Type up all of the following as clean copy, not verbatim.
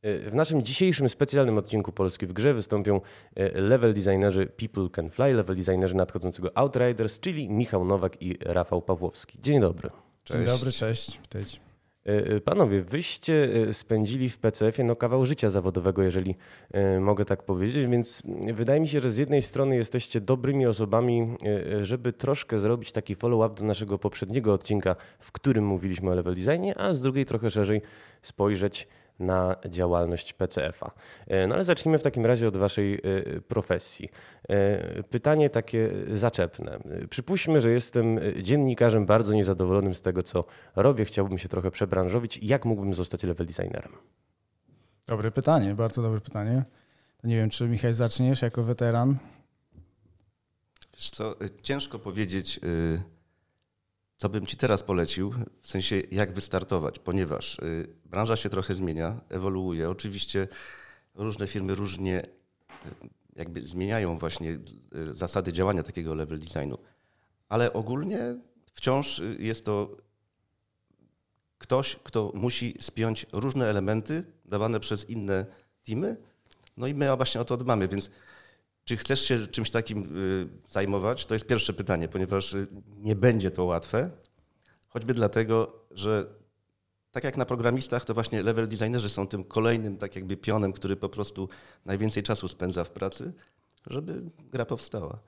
W naszym dzisiejszym specjalnym odcinku Polski w grze wystąpią level designerzy People Can Fly, level designerzy nadchodzącego Outriders, czyli Michał Nowak i Rafał Pawłowski. Dzień dobry. Cześć. Dzień dobry, cześć. Witajcie. Panowie, wyście spędzili w PCF-ie kawał życia zawodowego, jeżeli mogę tak powiedzieć, więc wydaje mi się, że z jednej strony jesteście dobrymi osobami, żeby troszkę zrobić taki follow-up do naszego poprzedniego odcinka, w którym mówiliśmy o level designie, a z drugiej trochę szerzej spojrzeć na działalność PCF-a. No ale zacznijmy w takim razie od waszej profesji. Pytanie takie zaczepne. Przypuśćmy, że jestem dziennikarzem bardzo niezadowolonym z tego, co robię. Chciałbym się trochę przebranżowić. Jak mógłbym zostać level designerem? Dobre pytanie, bardzo dobre pytanie. To nie wiem, czy Michał zaczniesz jako weteran? Wiesz co, ciężko powiedzieć, co bym ci teraz polecił, w sensie jak wystartować, ponieważ branża się trochę zmienia, ewoluuje. Oczywiście różne firmy różnie jakby zmieniają właśnie zasady działania takiego level designu, ale ogólnie wciąż jest to ktoś, kto musi spiąć różne elementy dawane przez inne teamy, no i my właśnie o to dbamy, więc czy chcesz się czymś takim zajmować? To jest pierwsze pytanie, ponieważ nie będzie to łatwe, choćby dlatego, że tak jak na programistach, to właśnie level designerzy są tym kolejnym tak jakby pionem, który po prostu najwięcej czasu spędza w pracy, żeby gra powstała.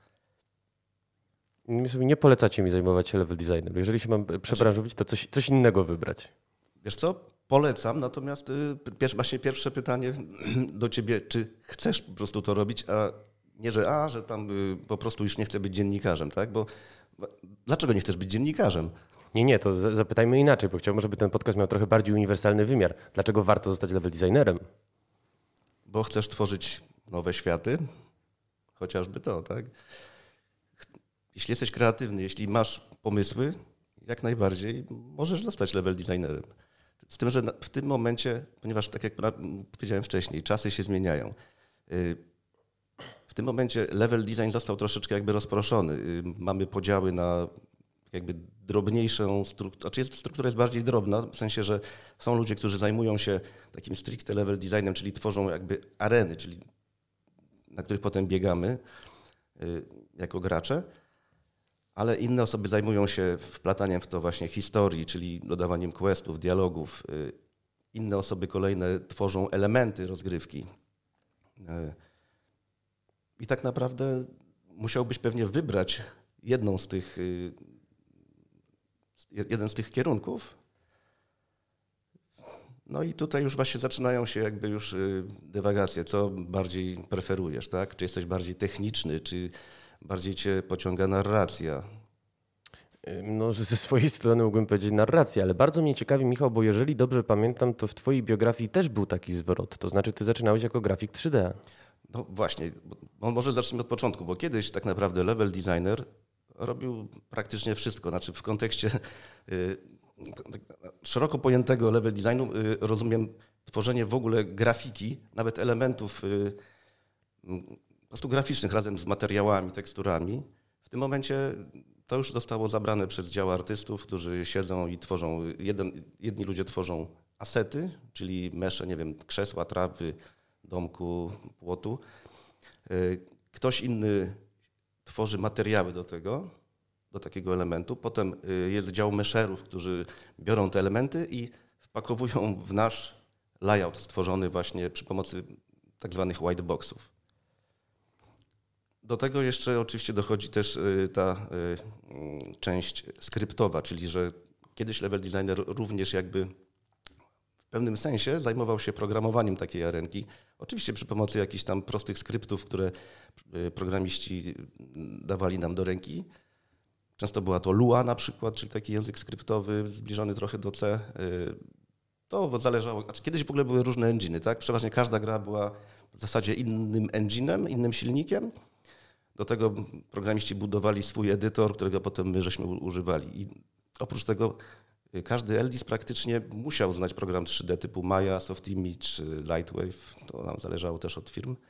Nie polecacie mi zajmować się level designem. Jeżeli się mam przebranżowić, to coś innego wybrać. Wiesz co? Polecam, natomiast właśnie pierwsze pytanie do ciebie, czy chcesz po prostu to robić, a nie, że tam po prostu już nie chcę być dziennikarzem, tak? Bo dlaczego nie chcesz być dziennikarzem? Nie, to zapytajmy inaczej, bo chciałbym, żeby ten podcast miał trochę bardziej uniwersalny wymiar. Dlaczego warto zostać level designerem? Bo chcesz tworzyć nowe światy, chociażby to, tak? Jeśli jesteś kreatywny, jeśli masz pomysły, jak najbardziej możesz zostać level designerem. Z tym, że w tym momencie, ponieważ tak jak powiedziałem wcześniej, czasy się zmieniają, w tym momencie level design został troszeczkę jakby rozproszony. Mamy podziały na jakby drobniejszą strukturę, znaczy struktura jest bardziej drobna, w sensie, że są ludzie, którzy zajmują się takim stricte level designem, czyli tworzą jakby areny, czyli na których potem biegamy jako gracze, ale inne osoby zajmują się wplataniem w to właśnie historii, czyli dodawaniem questów, dialogów. Inne osoby kolejne tworzą elementy rozgrywki. I tak naprawdę musiałbyś pewnie wybrać jeden z tych kierunków. No i tutaj już właśnie zaczynają się jakby już dywagacje, co bardziej preferujesz, tak? Czy jesteś bardziej techniczny, czy bardziej cię pociąga narracja? No, ze swojej strony mógłbym powiedzieć narracja, ale bardzo mnie ciekawi, Michał, bo jeżeli dobrze pamiętam, to w twojej biografii też był taki zwrot, to znaczy ty zaczynałeś jako grafik 3D. No właśnie, może zacznijmy od początku, bo kiedyś tak naprawdę level designer robił praktycznie wszystko. Znaczy w kontekście szeroko pojętego level designu rozumiem tworzenie w ogóle grafiki, nawet elementów po prostu graficznych razem z materiałami, teksturami. W tym momencie to już zostało zabrane przez dział artystów, którzy siedzą i tworzą, jedni ludzie tworzą asety, czyli mesze, nie wiem, krzesła, trawy, domku, płotu. Ktoś inny tworzy materiały do takiego elementu. Potem jest dział mesherów, którzy biorą te elementy i wpakowują w nasz layout stworzony właśnie przy pomocy tak zwanych white boxów. Do tego jeszcze oczywiście dochodzi też ta część skryptowa, czyli że kiedyś level designer również jakby w pewnym sensie zajmował się programowaniem takiej arenki. Oczywiście przy pomocy jakichś tam prostych skryptów, które programiści dawali nam do ręki. Często była to Lua na przykład, czyli taki język skryptowy zbliżony trochę do C. To zależało, znaczy kiedyś w ogóle były różne enginy, tak? Przeważnie każda gra była w zasadzie innym enginem, innym silnikiem. Do tego programiści budowali swój edytor, którego potem my żeśmy używali. I oprócz tego każdy LDIS praktycznie musiał znać program 3D typu Maya, Softimage, Lightwave. To nam zależało też od firm.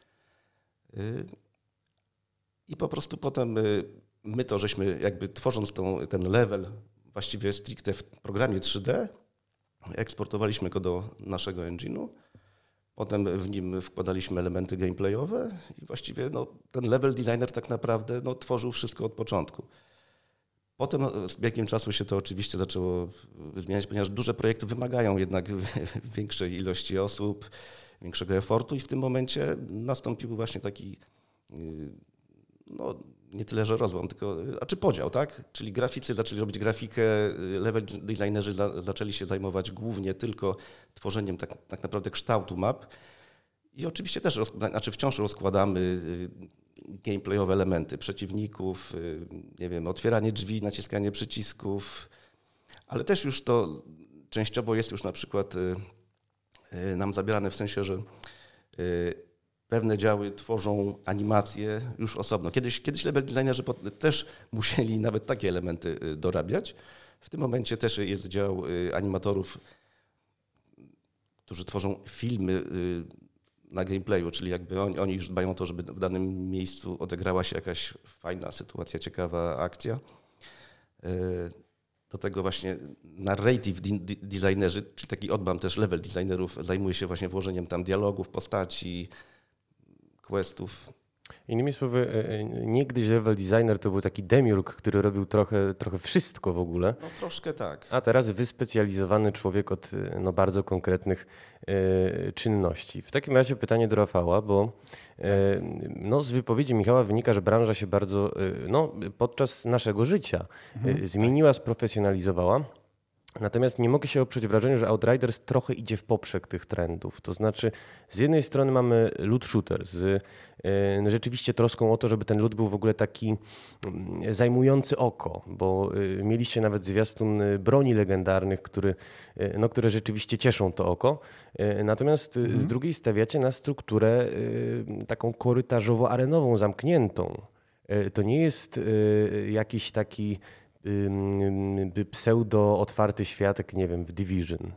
I po prostu potem my to żeśmy jakby tworząc ten level właściwie stricte w programie 3D, eksportowaliśmy go do naszego engine'u. Potem w nim wkładaliśmy elementy gameplayowe i właściwie ten level designer tak naprawdę tworzył wszystko od początku. Potem z biegiem czasu się to oczywiście zaczęło zmieniać, ponieważ duże projekty wymagają jednak większej ilości osób, większego efortu i w tym momencie nastąpił właśnie taki, nie tyle, że rozłam, czy podział, tak? Czyli graficy zaczęli robić grafikę, level designerzy zaczęli się zajmować głównie tylko tworzeniem tak naprawdę kształtu map. I oczywiście też wciąż rozkładamy gameplayowe elementy przeciwników, nie wiem, otwieranie drzwi, naciskanie przycisków, ale też już to częściowo jest już na przykład nam zabierane w sensie, że pewne działy tworzą animacje już osobno. Kiedyś level designerzy też musieli nawet takie elementy dorabiać. W tym momencie też jest dział animatorów, którzy tworzą filmy na gameplayu, czyli jakby oni już dbają o to, żeby w danym miejscu odegrała się jakaś fajna sytuacja, ciekawa akcja. Do tego właśnie narrative designerzy, czyli taki odbam też level designerów, zajmuje się właśnie włożeniem tam dialogów, postaci, questów. Innymi słowy, niegdyś level designer to był taki demiurg, który robił trochę wszystko w ogóle. Troszkę tak. A teraz wyspecjalizowany człowiek od bardzo konkretnych czynności. W takim razie pytanie do Rafała, bo z wypowiedzi Michała wynika, że branża się bardzo podczas naszego życia zmieniła, sprofesjonalizowała. Natomiast nie mogę się oprzeć wrażeniu, że Outriders trochę idzie w poprzek tych trendów. To znaczy z jednej strony mamy loot shooter z rzeczywiście troską o to, żeby ten loot był w ogóle taki zajmujący oko, bo mieliście nawet zwiastun broni legendarnych, które rzeczywiście cieszą to oko. Natomiast z drugiej stawiacie na strukturę taką korytarzowo-arenową, zamkniętą. To nie jest jakiś taki pseudo-otwarty świat, jak nie wiem, w Division.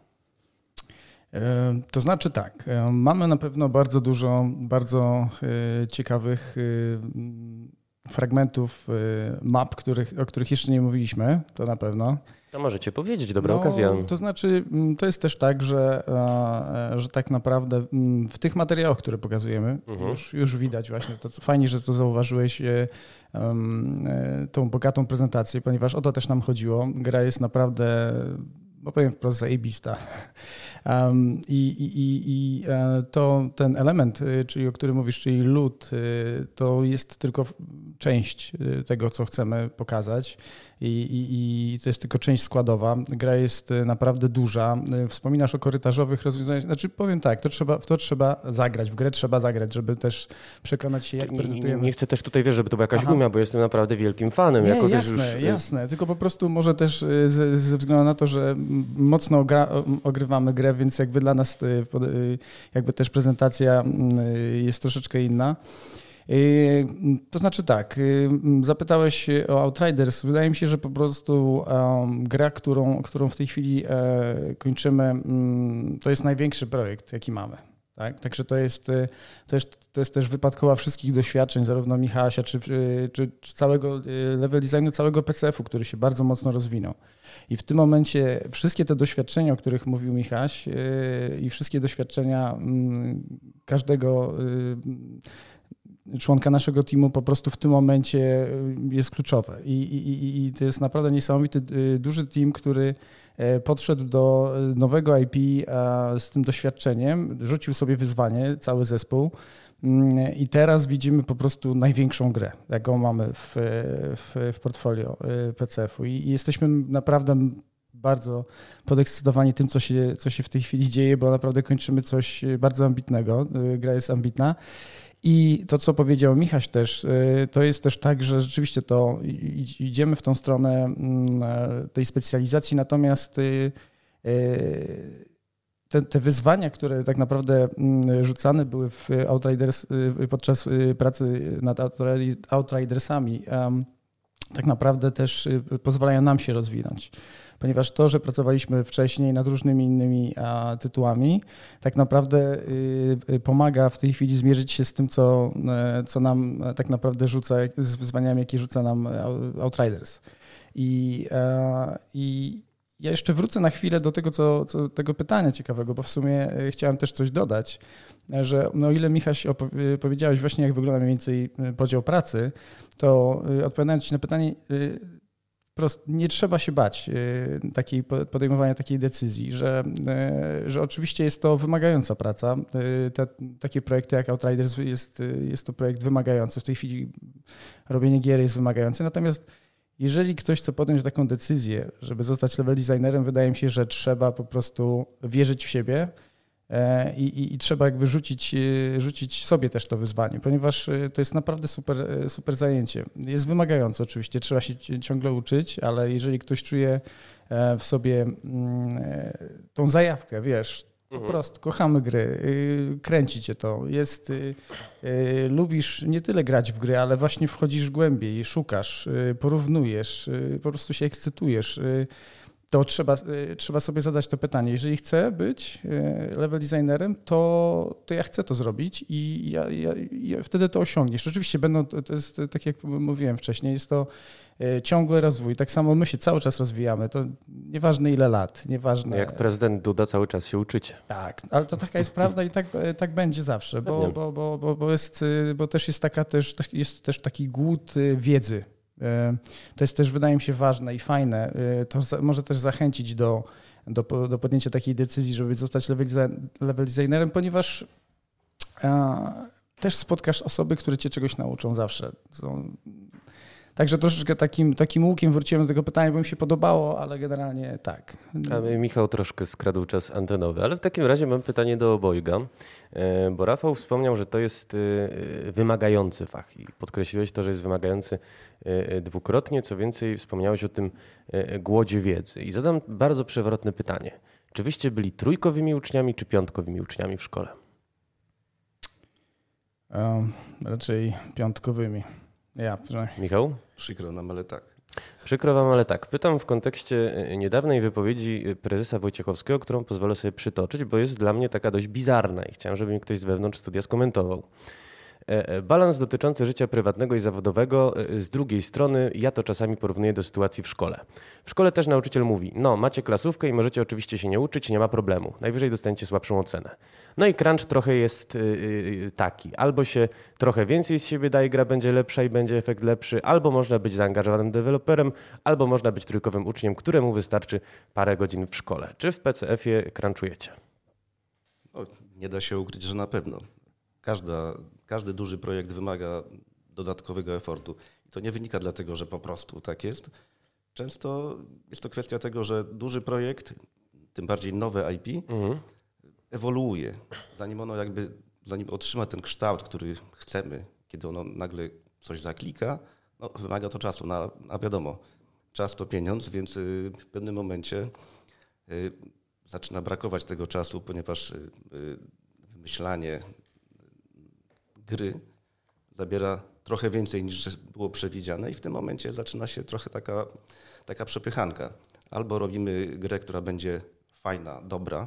To znaczy tak, mamy na pewno bardzo dużo bardzo ciekawych fragmentów map, o których jeszcze nie mówiliśmy, to na pewno. To możecie powiedzieć, dobra okazja. To znaczy, to jest też tak, że tak naprawdę w tych materiałach, które pokazujemy, już widać właśnie, to fajnie, że to zauważyłeś, tą bogatą prezentację, ponieważ o to też nam chodziło. Gra jest naprawdę, powiem wprost, zajebista. Ten element, czyli o którym mówisz, czyli loot, to jest tylko część tego, co chcemy pokazać. I to jest tylko część składowa. Gra jest naprawdę duża. Wspominasz o korytarzowych rozwiązaniach. Znaczy powiem tak, w to trzeba zagrać. W grę trzeba zagrać, żeby też przekonać się, jak prezentujemy. Nie chcę też tutaj, żeby to była jakaś gumia, bo jestem naprawdę wielkim fanem. Jasne. Tylko po prostu może też ze względu na to, że mocno ogrywamy grę, więc jakby dla nas jakby też prezentacja jest troszeczkę inna. To znaczy tak, zapytałeś o Outriders. Wydaje mi się, że po prostu gra, którą w tej chwili kończymy, to jest największy projekt, jaki mamy. Tak? Także to jest też wypadkowa wszystkich doświadczeń, zarówno Michasia, czy całego level designu, całego PCF-u, który się bardzo mocno rozwinął. I w tym momencie wszystkie te doświadczenia, o których mówił Michaś, i wszystkie doświadczenia każdego członka naszego teamu po prostu w tym momencie jest kluczowe. I to jest naprawdę niesamowity, duży team, który podszedł do nowego IP z tym doświadczeniem, rzucił sobie wyzwanie, cały zespół. I teraz widzimy po prostu największą grę, jaką mamy w portfolio PCF-u. I jesteśmy naprawdę bardzo podekscytowani tym, co się w tej chwili dzieje, bo naprawdę kończymy coś bardzo ambitnego. Gra jest ambitna. I to, co powiedział Michaś też, to jest też tak, że rzeczywiście to idziemy w tą stronę tej specjalizacji, natomiast te wyzwania, które tak naprawdę rzucane były w Outriders podczas pracy nad Outridersami, tak naprawdę też pozwalają nam się rozwinąć. Ponieważ to, że pracowaliśmy wcześniej nad różnymi innymi tytułami, tak naprawdę pomaga w tej chwili zmierzyć się z tym, co nam tak naprawdę rzuca, z wyzwaniami, jakie rzuca nam Outriders. I Ja jeszcze wrócę na chwilę do tego, tego pytania ciekawego, bo w sumie chciałem też coś dodać, że o ile Michaś powiedziałeś właśnie, jak wygląda mniej więcej podział pracy, to odpowiadając ci na pytanie, wprost nie trzeba się bać podejmowania takiej decyzji, że oczywiście jest to wymagająca praca. Takie projekty jak Outriders jest to projekt wymagający. W tej chwili robienie gier jest wymagające. Natomiast jeżeli ktoś chce podjąć taką decyzję, żeby zostać level designerem, wydaje mi się, że trzeba po prostu wierzyć w siebie i trzeba jakby rzucić sobie też to wyzwanie, ponieważ to jest naprawdę super zajęcie. Jest wymagające oczywiście, trzeba się ciągle uczyć, ale jeżeli ktoś czuje w sobie tą zajawkę, wiesz, po prostu kochamy gry, kręci cię to, lubisz nie tyle grać w gry, ale właśnie wchodzisz głębiej, szukasz, porównujesz, po prostu się ekscytujesz, to trzeba sobie zadać to pytanie. Jeżeli chcę być level designerem, to ja chcę to zrobić i ja wtedy to osiągniesz. Oczywiście to jest, tak jak mówiłem wcześniej, jest to ciągły rozwój. Tak samo my się cały czas rozwijamy. To nieważne ile lat, nieważne... Jak prezydent Duda cały czas się uczycie. Tak, ale to taka jest prawda i tak będzie zawsze, bo też jest też taki głód wiedzy. To jest też, wydaje mi się, ważne i fajne. To może też zachęcić do podjęcia takiej decyzji, żeby zostać level designerem, ponieważ też spotkasz osoby, które cię czegoś nauczą zawsze. Także troszeczkę takim łukiem wróciłem do tego pytania, bo mi się podobało, ale generalnie tak. A Michał troszkę skradł czas antenowy, ale w takim razie mam pytanie do obojga, bo Rafał wspomniał, że to jest wymagający fach i podkreśliłeś to, że jest wymagający dwukrotnie. Co więcej, wspomniałeś o tym głodzie wiedzy i zadam bardzo przewrotne pytanie. Czy wyście byli trójkowymi uczniami czy piątkowymi uczniami w szkole? Raczej piątkowymi. Ja, Michał? Przykro nam, ale tak. Przykro wam, ale tak. Pytam w kontekście niedawnej wypowiedzi prezesa Wojciechowskiego, którą pozwolę sobie przytoczyć, bo jest dla mnie taka dość bizarna i chciałem, żeby mi ktoś z wewnątrz studia skomentował. Balans dotyczący życia prywatnego i zawodowego, z drugiej strony ja to czasami porównuję do sytuacji w szkole. W szkole też nauczyciel mówi, no macie klasówkę i możecie oczywiście się nie uczyć, nie ma problemu, najwyżej dostaniecie słabszą ocenę. No i crunch trochę jest taki, albo się trochę więcej z siebie daje, gra będzie lepsza i będzie efekt lepszy, albo można być zaangażowanym deweloperem, albo można być trójkowym uczniem, któremu wystarczy parę godzin w szkole. Czy w PCF-ie crunchujecie? No, nie da się ukryć, że na pewno. Każdy duży projekt wymaga dodatkowego efortu. I to nie wynika dlatego, że po prostu tak jest. Często jest to kwestia tego, że duży projekt, tym bardziej nowe IP, ewoluuje. Zanim otrzyma ten kształt, który chcemy, kiedy ono nagle coś zaklika, no, wymaga to czasu. A wiadomo, czas to pieniądz, więc w pewnym momencie zaczyna brakować tego czasu, ponieważ wymyślanie gry zabiera trochę więcej niż było przewidziane i w tym momencie zaczyna się trochę taka przepychanka. Albo robimy grę, która będzie fajna, dobra,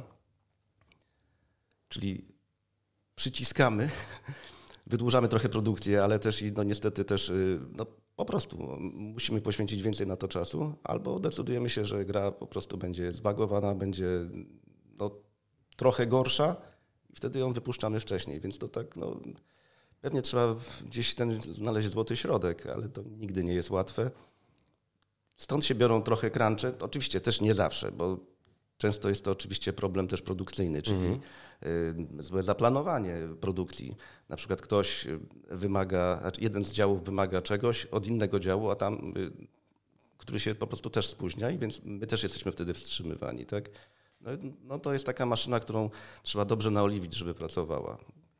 czyli przyciskamy, wydłużamy trochę produkcję, ale też niestety też po prostu musimy poświęcić więcej na to czasu, albo decydujemy się, że gra po prostu będzie zbagowana, będzie trochę gorsza i wtedy ją wypuszczamy wcześniej, więc to tak pewnie trzeba gdzieś znaleźć złoty środek, ale to nigdy nie jest łatwe. Stąd się biorą trochę crunche, oczywiście też nie zawsze, bo często jest to oczywiście problem też produkcyjny, czyli złe zaplanowanie produkcji. Na przykład ktoś jeden z działów wymaga czegoś od innego działu, a tam, który się po prostu też spóźnia i więc my też jesteśmy wtedy wstrzymywani. Tak? To jest taka maszyna, którą trzeba dobrze naoliwić, żeby pracowała.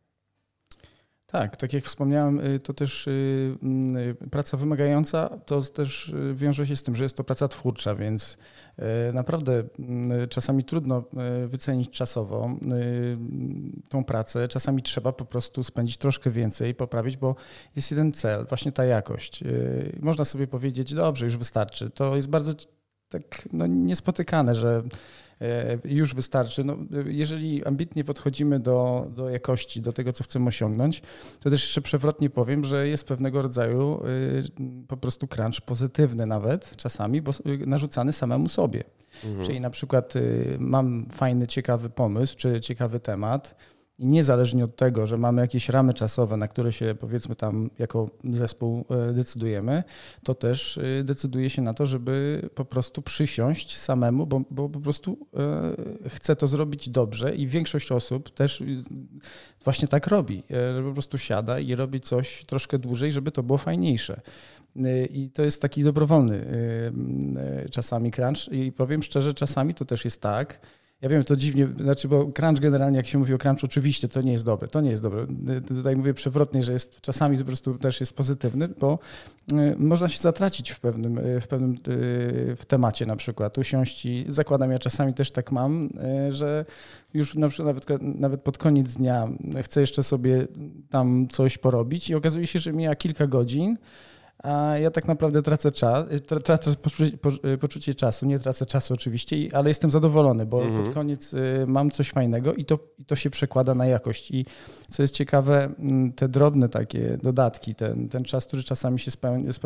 Tak jak wspomniałem, to też praca wymagająca to też wiąże się z tym, że jest to praca twórcza, więc naprawdę czasami trudno wycenić czasowo tą pracę. Czasami trzeba po prostu spędzić troszkę więcej, poprawić, bo jest jeden cel, właśnie ta jakość. Można sobie powiedzieć, dobrze, już wystarczy. To jest bardzo tak niespotykane, że już wystarczy. No, jeżeli ambitnie podchodzimy do jakości, do tego, co chcemy osiągnąć, to też jeszcze przewrotnie powiem, że jest pewnego rodzaju po prostu crunch pozytywny nawet czasami, bo narzucany samemu sobie. Czyli na przykład mam fajny, ciekawy pomysł, czy ciekawy temat i niezależnie od tego, że mamy jakieś ramy czasowe, na które się powiedzmy tam jako zespół decydujemy, to też decyduje się na to, żeby po prostu przysiąść samemu, bo po prostu chcę to zrobić dobrze i większość osób też właśnie tak robi, że po prostu siada i robi coś troszkę dłużej, żeby to było fajniejsze. I to jest taki dobrowolny czasami crunch i powiem szczerze, czasami to też jest tak. Ja wiem, to dziwnie, bo crunch generalnie, jak się mówi o crunchu, oczywiście to nie jest dobre. Tutaj mówię przewrotnie, że jest czasami po prostu też jest pozytywny, bo można się zatracić w temacie na przykład, usiąść i zakładam, ja czasami też tak mam, że już na przykład nawet pod koniec dnia chcę jeszcze sobie tam coś porobić i okazuje się, że mija kilka godzin, a ja tak naprawdę tracę poczucie czasu. Nie tracę czasu oczywiście, ale jestem zadowolony, bo pod koniec mam coś fajnego i to się przekłada na jakość. I co jest ciekawe, te drobne takie dodatki, ten czas, który czasami się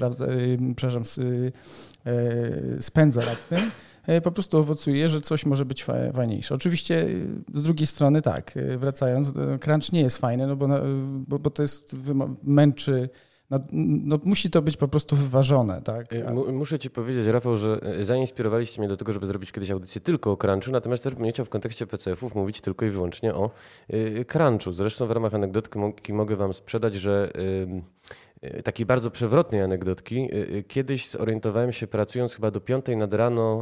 spędza nad tym, po prostu owocuje, że coś może być fajniejsze. Oczywiście z drugiej strony tak, wracając, crunch nie jest fajny, bo to jest męczy. No, musi to być po prostu wyważone. Tak? Muszę ci powiedzieć, Rafał, że zainspirowaliście mnie do tego, żeby zrobić kiedyś audycję tylko o crunchu, natomiast też bym nie chciał w kontekście PCF-ów mówić tylko i wyłącznie o crunchu. Zresztą w ramach anegdotki mogę wam sprzedać, że takiej bardzo przewrotnej anegdotki. Kiedyś zorientowałem się, pracując chyba do 5 nad rano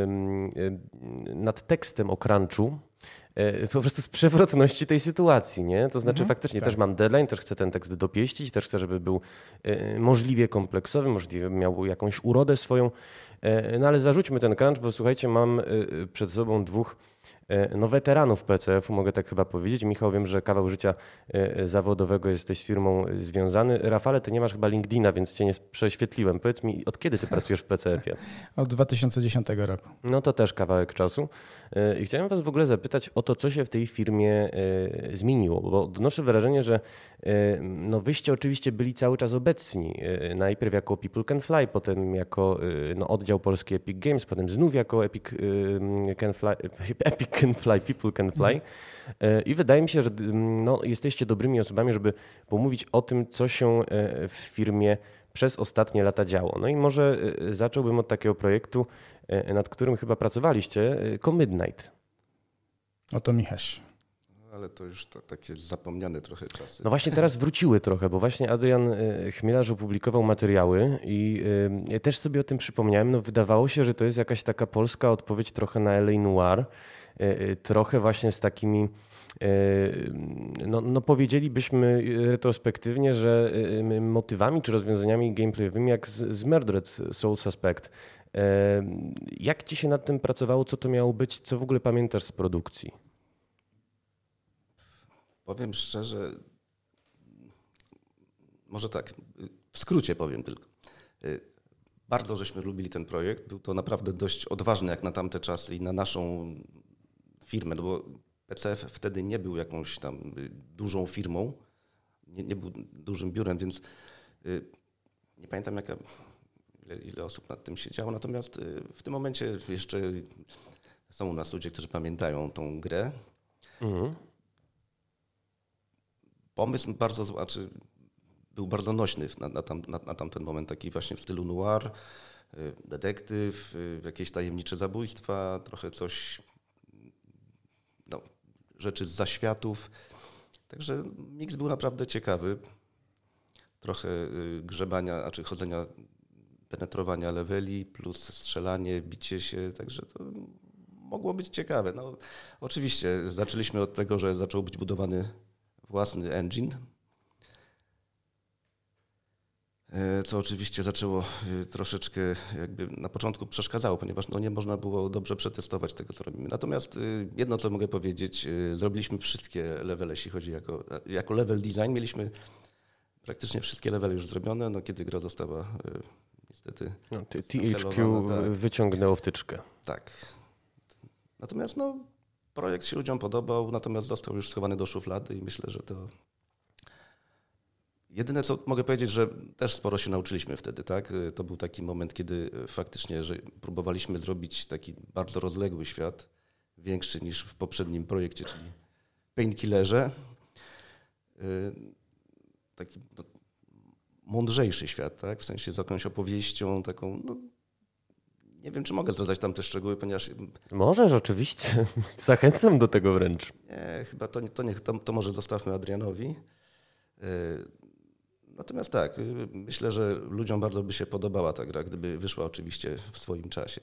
nad tekstem o crunchu, po prostu z przewrotności tej sytuacji, nie? To znaczy faktycznie też mam deadline, też chcę ten tekst dopieścić, też chcę, żeby był możliwie kompleksowy, możliwie miał jakąś urodę swoją, no ale zarzućmy ten crunch, bo słuchajcie, mam przed sobą dwóch weteranów PCF-u, mogę tak chyba powiedzieć. Michał, wiem, że kawał życia zawodowego jesteś z firmą związany. Rafale, ty nie masz chyba LinkedIna, więc cię nie prześwietliłem. Powiedz mi, od kiedy ty pracujesz w PCF-ie? Od 2010 roku. No to też kawałek czasu. I chciałem was w ogóle zapytać o to, co się w tej firmie zmieniło, bo odnoszę wrażenie, że wyście oczywiście byli cały czas obecni. Najpierw jako People Can Fly, potem jako oddział polski Epic Games, potem znów jako Epic Can Fly, People Can Fly. I wydaje mi się, że jesteście dobrymi osobami, żeby pomówić o tym, co się w firmie przez ostatnie lata działo. No i może zacząłbym od takiego projektu, nad którym chyba pracowaliście, Co-Midnight. Oto Michaś. Ale to już takie zapomniane trochę czasy. No właśnie teraz wróciły trochę, bo właśnie Adrian Chmielarz opublikował materiały i też sobie o tym przypomniałem. No wydawało się, że to jest jakaś taka polska odpowiedź trochę na LA Noire, trochę właśnie z takimi, powiedzielibyśmy retrospektywnie, że motywami czy rozwiązaniami gameplayowymi jak z Murdered Soul Suspect. Jak ci się nad tym pracowało? Co to miało być? Co w ogóle pamiętasz z produkcji? Powiem szczerze, może tak, w skrócie powiem tylko. Bardzo żeśmy lubili ten projekt. Był to naprawdę dość odważny jak na tamte czasy i na naszą firmę, no bo PCF wtedy nie był jakąś tam dużą firmą, nie był dużym biurem, więc nie pamiętam ile osób nad tym siedziało. Natomiast w tym momencie jeszcze są u nas ludzie, którzy pamiętają tą grę. Pomysł był bardzo nośny na tamten moment, taki właśnie w stylu noir, detektyw, jakieś tajemnicze zabójstwa, trochę coś, rzeczy z zaświatów. Także miks był naprawdę ciekawy. Trochę grzebania, chodzenia, penetrowania leveli, plus strzelanie, bicie się, także to mogło być ciekawe. No, oczywiście zaczęliśmy od tego, że zaczął być budowany własny engine, co oczywiście zaczęło troszeczkę jakby na początku przeszkadzało, ponieważ nie można było dobrze przetestować tego, co robimy. Natomiast jedno, co mogę powiedzieć, zrobiliśmy wszystkie levele, jeśli chodzi jako level design. Mieliśmy praktycznie wszystkie levele już zrobione, kiedy gra została niestety. No, THQ tak. wyciągnęło wtyczkę. Tak. Natomiast projekt się ludziom podobał, natomiast został już schowany do szuflady i myślę, że to... Jedyne, co mogę powiedzieć, że też sporo się nauczyliśmy wtedy, tak? To był taki moment, kiedy faktycznie że próbowaliśmy zrobić taki bardzo rozległy świat, większy niż w poprzednim projekcie, czyli Painkillerze. Taki mądrzejszy świat, tak? W sensie z jakąś opowieścią taką, nie wiem, czy mogę zdradzać tam te szczegóły, ponieważ... Możesz, oczywiście. Zachęcam do tego wręcz. Nie, chyba to może zostawmy Adrianowi. Natomiast tak, myślę, że ludziom bardzo by się podobała ta gra, gdyby wyszła oczywiście w swoim czasie.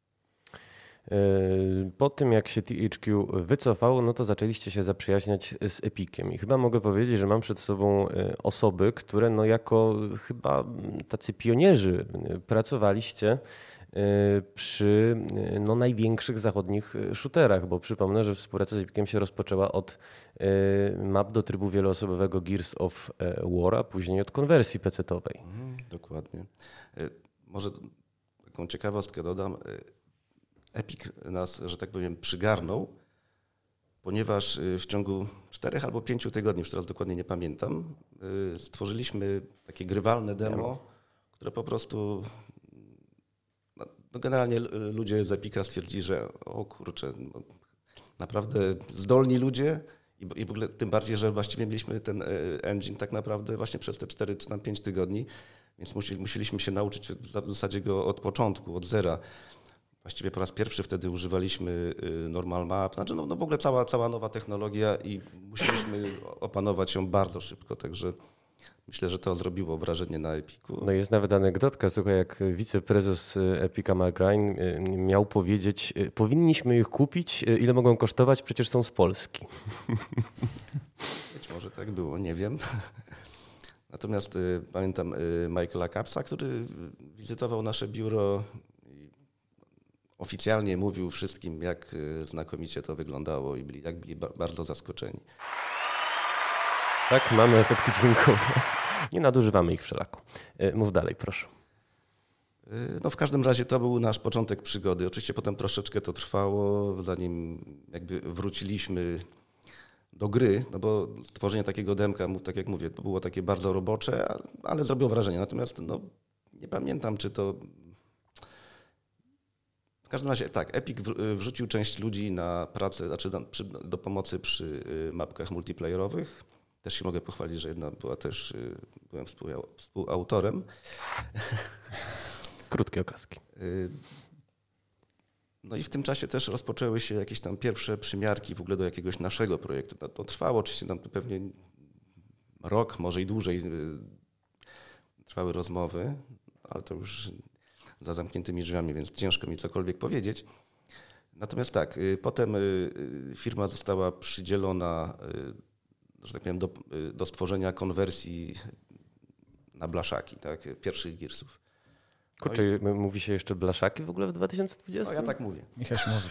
Po tym, jak się THQ wycofało, no to zaczęliście się zaprzyjaźniać z Epiciem. I chyba mogę powiedzieć, że mam przed sobą osoby, które no jako chyba tacy pionierzy pracowaliście przy największych zachodnich shooterach, bo przypomnę, że współpraca z Epiciem się rozpoczęła od map do trybu wieloosobowego Gears of War, a później od konwersji PC-towej. Dokładnie. Może taką ciekawostkę dodam. Epic nas, że tak powiem, przygarnął, ponieważ w ciągu 4 albo 5 tygodni, już teraz dokładnie nie pamiętam, stworzyliśmy takie grywalne demo, które po prostu... generalnie ludzie z Epica stwierdzili, że o kurczę, naprawdę zdolni ludzie i w ogóle tym bardziej, że właściwie mieliśmy ten engine tak naprawdę właśnie przez te 4 czy tam 5 tygodni, więc musieliśmy się nauczyć w zasadzie go od początku, od zera. Właściwie po raz pierwszy wtedy używaliśmy normal map, znaczy w ogóle cała nowa technologia i musieliśmy opanować ją bardzo szybko, także myślę, że to zrobiło wrażenie na Epiku. No jest nawet anegdotka, słuchaj, jak wiceprezes Epica Mark Ryan miał powiedzieć, powinniśmy ich kupić, ile mogą kosztować, przecież są z Polski. Być może tak było, nie wiem. Natomiast pamiętam Michaela Capsa, który wizytował nasze biuro i oficjalnie mówił wszystkim, jak znakomicie to wyglądało i byli bardzo zaskoczeni. Tak, mamy efekty dźwiękowe. Nie nadużywamy ich wszelako. Mów dalej, proszę. W każdym razie to był nasz początek przygody. Oczywiście potem troszeczkę to trwało, zanim jakby wróciliśmy do gry, bo stworzenie takiego demka, tak jak mówię, to było takie bardzo robocze, ale zrobiło wrażenie. Natomiast nie pamiętam, czy to... W każdym razie tak, Epic wrzucił część ludzi na pracę, znaczy do pomocy przy mapkach multiplayerowych. Też się mogę pochwalić, że jedna byłem współautorem. Krótkie oklaski. No i w tym czasie też rozpoczęły się jakieś tam pierwsze przymiarki w ogóle do jakiegoś naszego projektu. To trwało oczywiście tam pewnie rok, może i dłużej trwały rozmowy, ale to już za zamkniętymi drzwiami, więc ciężko mi cokolwiek powiedzieć. Natomiast tak, potem firma została przydzielona, że tak powiem, do stworzenia konwersji na blaszaki, tak, pierwszych Gearsów. Kurczę, mówi się jeszcze blaszaki w ogóle w 2020? No ja tak mówię. Michaś mówi.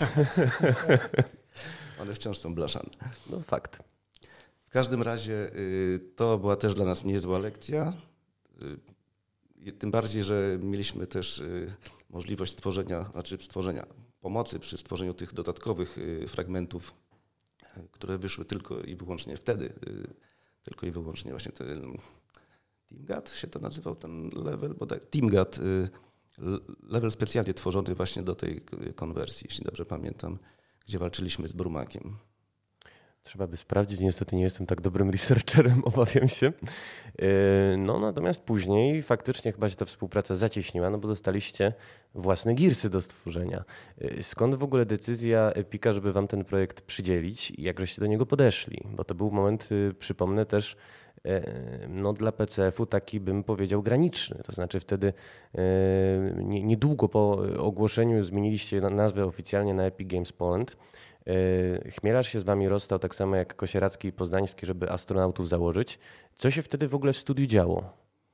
One wciąż są blaszane. No fakt. W każdym razie to była też dla nas niezła lekcja. Tym bardziej, że mieliśmy też możliwość stworzenia pomocy przy stworzeniu tych dodatkowych fragmentów, które wyszły tylko i wyłącznie wtedy. Tylko i wyłącznie właśnie TeamGAT się to nazywał, ten level, bodaj TeamGAT, level specjalnie tworzony właśnie do tej konwersji, jeśli dobrze pamiętam, gdzie walczyliśmy z Brumakiem. Trzeba by sprawdzić, niestety nie jestem tak dobrym researcherem, obawiam się. No natomiast później faktycznie chyba się ta współpraca zacieśniła, no bo dostaliście własne Gearsy do stworzenia. Skąd w ogóle decyzja Epica, żeby wam ten projekt przydzielić i jak żeście do niego podeszli? Bo to był moment, przypomnę też, dla PCF-u taki, bym powiedział, graniczny. To znaczy wtedy niedługo po ogłoszeniu zmieniliście nazwę oficjalnie na Epic Games Poland. Chmielarz się z wami rozstał tak samo jak Kosieracki i Poznański, żeby Astronautów założyć. Co się wtedy w ogóle w studiu działo?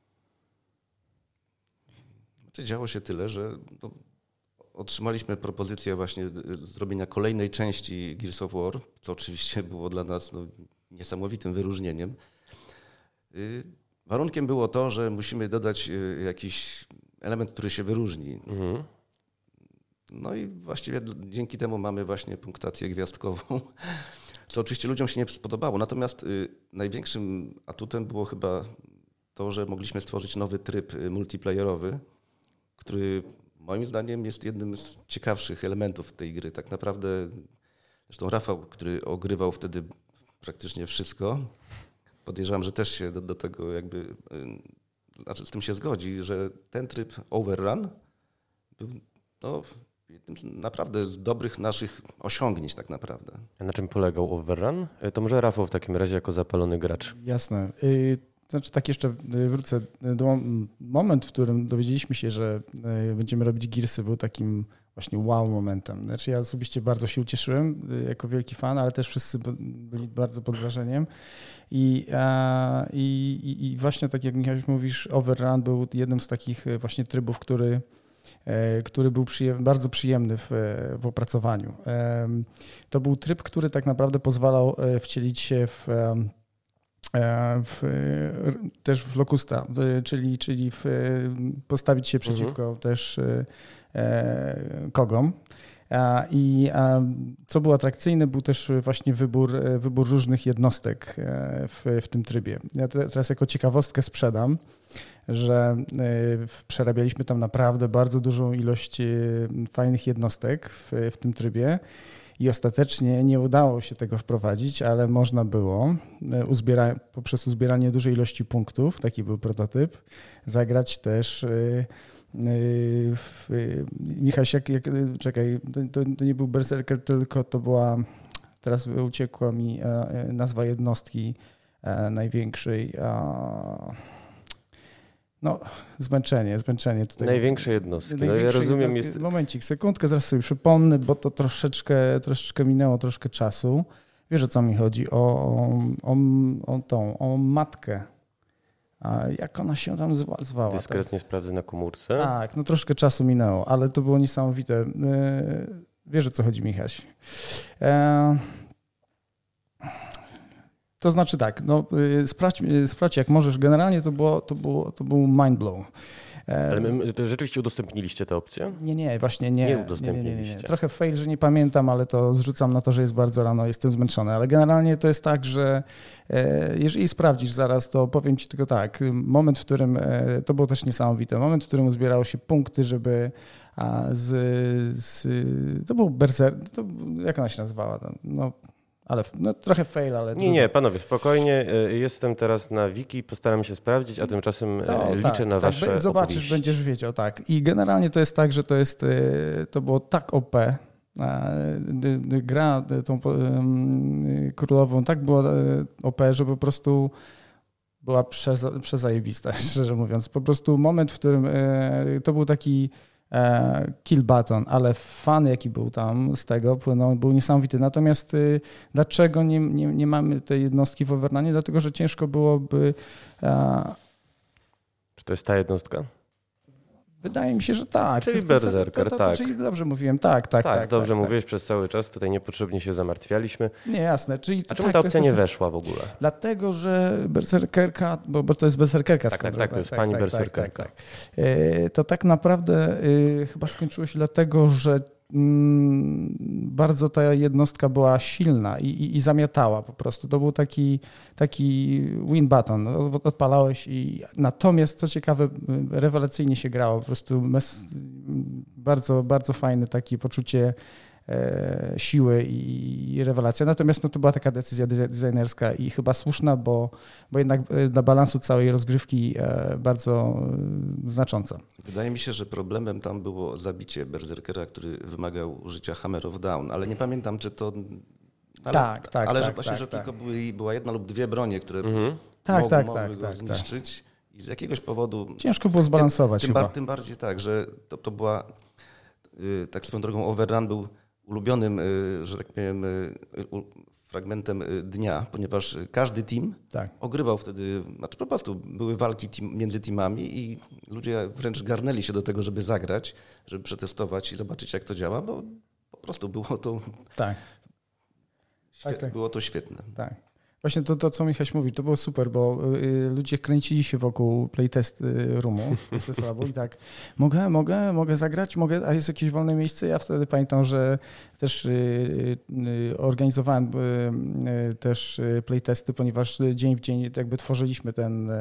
Działo się tyle, że otrzymaliśmy propozycję właśnie zrobienia kolejnej części Gears of War, co oczywiście było dla nas niesamowitym wyróżnieniem. Warunkiem było to, że musimy dodać element, który się wyróżni. No i właściwie dzięki temu mamy właśnie punktację gwiazdkową, co oczywiście ludziom się nie spodobało. Natomiast największym atutem było chyba to, że mogliśmy stworzyć nowy tryb multiplayerowy, który moim zdaniem jest jednym z ciekawszych elementów tej gry. Tak naprawdę, zresztą Rafał, który ogrywał wtedy praktycznie wszystko, podejrzewam, że też się do tego jakby, znaczy z tym się zgodzi, że ten tryb Overrun był jednym z naprawdę z dobrych naszych osiągnięć tak naprawdę. A na czym polegał Overrun? To może Rafał w takim razie jako zapalony gracz. Jasne. Znaczy tak jeszcze wrócę do moment, w którym dowiedzieliśmy się, że będziemy robić Gearsy, był takim właśnie wow momentem. Znaczy ja osobiście bardzo się ucieszyłem jako wielki fan, ale też wszyscy byli bardzo pod wrażeniem. I właśnie tak jak Michał mówisz, Overrun był jednym z takich właśnie trybów, który był bardzo przyjemny w opracowaniu. To był tryb, który tak naprawdę pozwalał wcielić się też w Locusta, czyli postawić się przeciwko też kogom. I co było atrakcyjne, był też właśnie wybór różnych jednostek w tym trybie. Ja teraz jako ciekawostkę sprzedam, że przerabialiśmy tam naprawdę bardzo dużą ilość fajnych jednostek w tym trybie i ostatecznie nie udało się tego wprowadzić, ale można było poprzez uzbieranie dużej ilości punktów, taki był prototyp, zagrać też Michał, czekaj, to nie był Berserker, tylko to była, teraz uciekła mi nazwa jednostki największej. No, zmęczenie tutaj. Największe jednostki. No ja rozumiem. Momencik, sekundkę, zaraz sobie przypomnę, bo to troszeczkę minęło troszkę czasu. Wiesz, o co mi chodzi? O matkę. A jak ona się tam zwała? Dyskretnie sprawdzę na komórce. Tak, no troszkę czasu minęło, ale to było niesamowite. Wiesz, o co chodzi, Michaś. To znaczy tak, no, sprawdź jak możesz. Generalnie to był mind blow. Ale rzeczywiście udostępniliście tę opcję? Nie, właśnie nie. Nie udostępniliście. Nie. Trochę fail, że nie pamiętam, ale to zrzucam na to, że jest bardzo rano, jestem zmęczony. Ale generalnie to jest tak, że jeżeli sprawdzisz zaraz, to powiem ci tylko tak. Moment, w którym, to było też niesamowite, moment, w którym uzbierało się punkty, żeby to był Berserk, jak ona się nazywała? No, ale trochę fail, ale... Nie, panowie, spokojnie. Jestem teraz na wiki, postaram się sprawdzić, a tymczasem liczę na wasze zobaczysz, opowieści. będziesz wiedział, tak. I generalnie to jest tak, że to było tak OP. Gra tą królową tak była OP, że po prostu była przezajebista, szczerze mówiąc. Po prostu moment, w którym to był taki kill button, ale fan jaki był tam z tego płynął, był niesamowity. Natomiast dlaczego nie mamy tej jednostki w Overrunie? Dlatego, że ciężko byłoby... Czy to jest ta jednostka? Wydaje mi się, że tak. Czyli Berserker, tak. Czyli dobrze mówiłem, tak. Dobrze mówiłeś przez cały czas, tutaj niepotrzebnie się zamartwialiśmy. Nie, jasne. A czemu ta opcja nie weszła w ogóle? Dlatego, że Berserkerka, bo to jest Berserkerka. Tak, to jest pani Berserkerka. To tak naprawdę chyba skończyło się dlatego, że bardzo ta jednostka była silna i zamiatała po prostu. To był taki win button. Odpalałeś natomiast co ciekawe, rewelacyjnie się grało. Po prostu bardzo, bardzo fajne takie poczucie siły i rewelacja. Natomiast to była taka decyzja designerska i chyba słuszna, bo jednak dla balansu całej rozgrywki bardzo znacząca. Wydaje mi się, że problemem tam było zabicie Berserkera, który wymagał użycia Hammer of Down, ale nie pamiętam, czy to... że tylko była jedna lub dwie bronie, które mogły go zniszczyć i z jakiegoś powodu... Ciężko było zbalansować tym bardziej tak, że to była... Tak swoją drogą Overrun był ulubionym, że tak powiem, fragmentem dnia, ponieważ każdy team ogrywał wtedy, znaczy po prostu były walki między teamami i ludzie wręcz garnęli się do tego, żeby zagrać, żeby przetestować i zobaczyć, jak to działa, bo po prostu było to, było to świetne. Tak. Właśnie to, co Michał mówi, to było super, bo ludzie kręcili się wokół playtest roomu, playtest labu i tak, mogę zagrać, a jest jakieś wolne miejsce? Ja wtedy pamiętam, że też organizowałem też playtesty, ponieważ dzień w dzień jakby tworzyliśmy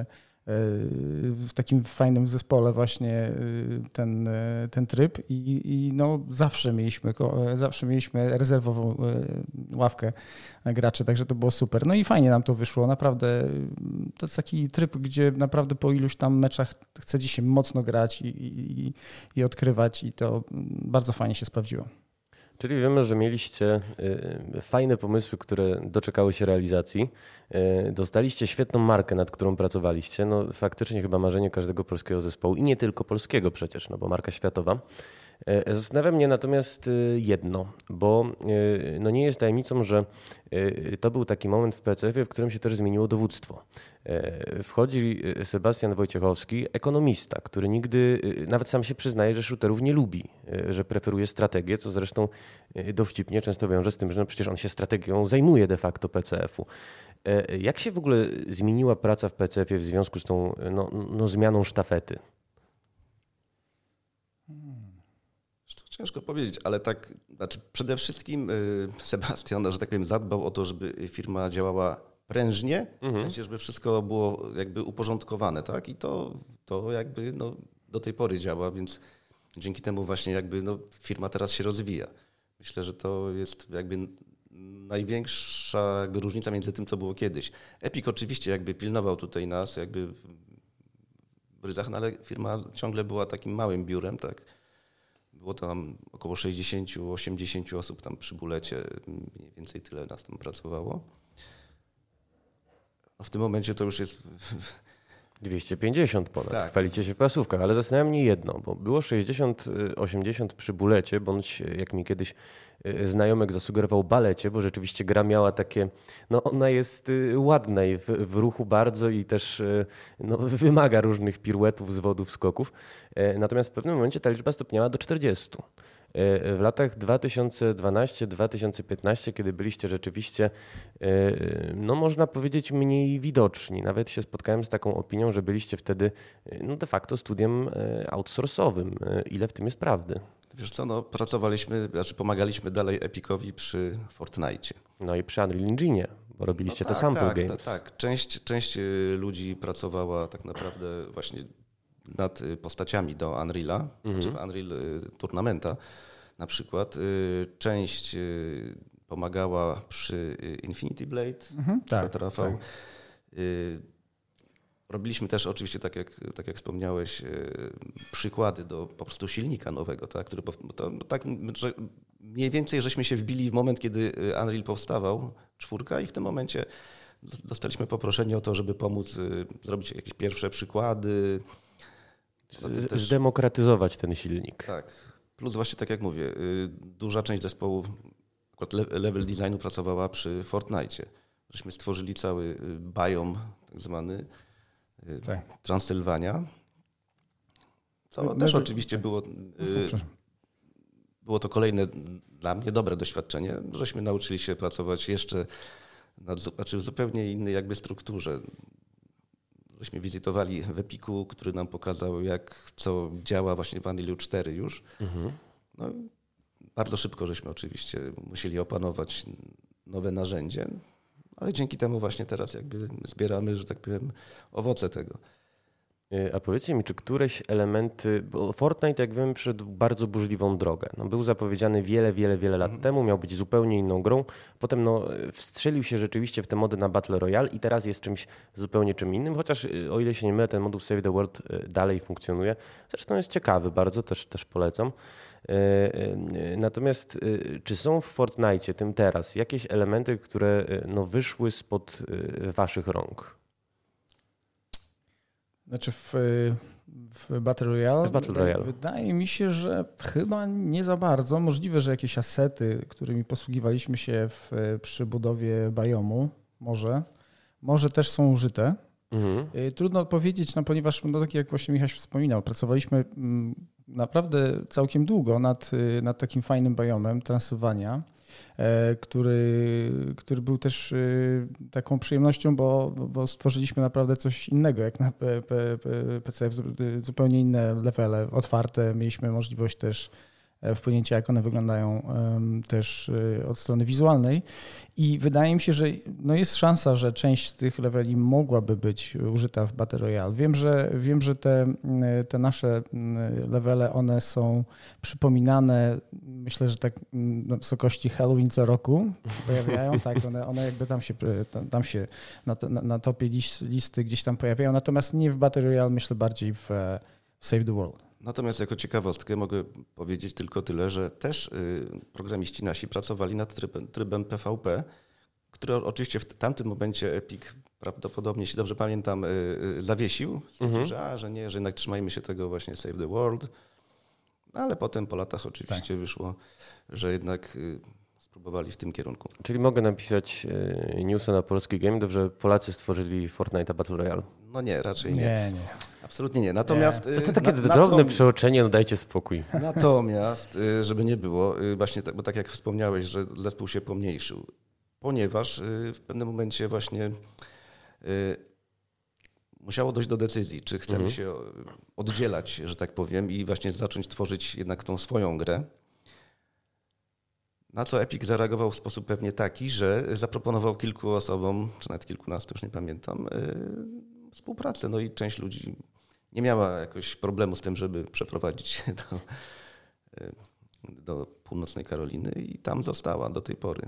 w takim fajnym zespole właśnie ten tryb i no zawsze mieliśmy rezerwową ławkę graczy, także to było super. No i fajnie nam to wyszło, naprawdę to jest taki tryb, gdzie naprawdę po iluś tam meczach chce ci się mocno grać i odkrywać i to bardzo fajnie się sprawdziło. Czyli wiemy, że mieliście fajne pomysły, które doczekały się realizacji. Dostaliście świetną markę, nad którą pracowaliście. No, faktycznie chyba marzenie każdego polskiego zespołu i nie tylko polskiego przecież, no bo marka światowa. Zastanawia mnie natomiast jedno, bo no nie jest tajemnicą, że to był taki moment w PCF-ie, w którym się też zmieniło dowództwo. Wchodzi Sebastian Wojciechowski, ekonomista, który nigdy, nawet sam się przyznaje, że shooterów nie lubi, że preferuje strategię, co zresztą dowcipnie często wiąże z tym, że no przecież on się strategią zajmuje de facto PCF-u. Jak się w ogóle zmieniła praca w PCF-ie w związku z tą zmianą sztafety? Ciężko powiedzieć, ale tak, znaczy przede wszystkim Sebastian, że tak powiem, zadbał o to, żeby firma działała prężnie, w sensie, żeby wszystko było jakby uporządkowane, tak? I to jakby no, do tej pory działa, więc dzięki temu właśnie jakby no, firma teraz się rozwija. Myślę, że to jest jakby największa jakby różnica między tym, co było kiedyś. Epic oczywiście jakby pilnował tutaj nas jakby w ryzach, no ale firma ciągle była takim małym biurem, tak? Było tam około 60-80 osób tam przy Bullecie, mniej więcej tyle nas tam pracowało. No w tym momencie to już jest... 250 ponad, tak. Chwalicie się w pasówkach, ale zastanawia mnie jedno, bo było 60-80 przy Bullecie, bądź jak mi kiedyś znajomek zasugerował balecie, bo rzeczywiście gra miała takie, no ona jest ładna i w ruchu bardzo i też no, wymaga różnych piruetów, zwodów, skoków. Natomiast w pewnym momencie ta liczba stopniała do 40. W latach 2012-2015, kiedy byliście rzeczywiście, no można powiedzieć, mniej widoczni. Nawet się spotkałem z taką opinią, że byliście wtedy no de facto studiem outsourcowym. Ile w tym jest prawdy? Wiesz co, no pracowaliśmy, znaczy pomagaliśmy dalej Epicowi przy Fortnite'cie. No i przy Unreal Engine, bo robiliście te sample games. Tak. Część ludzi pracowała tak naprawdę właśnie nad postaciami do Unreala, czy Unreal Tournamenta na przykład. Część pomagała przy Infinity Blade, tak. Robiliśmy też oczywiście, tak jak wspomniałeś, przykłady do po prostu silnika nowego, tak, który tak, że mniej więcej żeśmy się wbili w moment, kiedy Unreal powstawał, 4, i w tym momencie dostaliśmy poproszenie o to, żeby pomóc zrobić jakieś pierwsze przykłady. Zdemokratyzować ten silnik. Tak. Plus właśnie tak jak mówię, duża część zespołu, akurat level designu pracowała przy Fortnite'cie. Żeśmy stworzyli cały biome tak zwany, Transylwania. Co też oczywiście było to kolejne dla mnie dobre doświadczenie. Żeśmy nauczyli się pracować jeszcze w zupełnie innej jakby strukturze. Żeśmy wizytowali w Epiku, który nam pokazał, jak co działa właśnie w Unrealu 4 już. No, bardzo szybko żeśmy oczywiście musieli opanować nowe narzędzie, ale dzięki temu właśnie teraz jakby zbieramy, że tak powiem, owoce tego. A powiedzcie mi, czy któreś elementy, bo Fortnite, jak wiemy, przeszedł bardzo burzliwą drogę. No, był zapowiedziany wiele lat temu, miał być zupełnie inną grą. Potem wstrzelił się rzeczywiście w tę modę na Battle Royale i teraz jest zupełnie czym innym, chociaż o ile się nie mylę, ten moduł Save the World dalej funkcjonuje. Zresztą jest ciekawy bardzo, też polecam. Natomiast czy są w Fortnite tym teraz jakieś elementy, które wyszły spod waszych rąk? Znaczy w Battle Royale? W Battle Royale. Wydaje mi się, że chyba nie za bardzo. Możliwe, że jakieś asety, którymi posługiwaliśmy się przy budowie biomu, może też są użyte. Trudno odpowiedzieć, ponieważ, tak jak właśnie Michał wspominał, pracowaliśmy naprawdę całkiem długo nad takim fajnym biomem Transylwania. który był też taką przyjemnością, bo stworzyliśmy naprawdę coś innego, jak na PCF, zupełnie inne levele, otwarte. Mieliśmy możliwość też wpłynięcia, jak one wyglądają też od strony wizualnej i wydaje mi się, że no jest szansa, że część z tych leveli mogłaby być użyta w Battle Royale. Wiem, że te nasze levele, one są przypominane, myślę, że tak na wysokości Halloween co roku pojawiają, tak, one jakby tam się na topie listy gdzieś tam pojawiają, natomiast nie w Battle Royale, myślę bardziej w Save the World. Natomiast jako ciekawostkę mogę powiedzieć tylko tyle, że też programiści nasi pracowali nad trybem PvP, który oczywiście w tamtym momencie Epic prawdopodobnie, jeśli dobrze pamiętam, zawiesił. Stwierdził, że nie, że jednak trzymajmy się tego właśnie Save the World. Ale potem po latach oczywiście wyszło, że jednak spróbowali w tym kierunku. Czyli mogę napisać newsa na polski game, że Polacy stworzyli Fortnite'a Battle Royale? No nie, raczej nie. Nie. Absolutnie nie. Natomiast to takie drobne przeoczenie, no dajcie spokój. Natomiast, żeby nie było, właśnie bo tak jak wspomniałeś, że zespół się pomniejszył, ponieważ w pewnym momencie właśnie musiało dojść do decyzji, czy chcemy się oddzielać, że tak powiem, i właśnie zacząć tworzyć jednak tą swoją grę. Na co Epic zareagował w sposób pewnie taki, że zaproponował kilku osobom, czy nawet kilkunastu, już nie pamiętam, współpracę. No i część ludzi nie miała jakoś problemu z tym, żeby przeprowadzić się do północnej Karoliny i tam została do tej pory.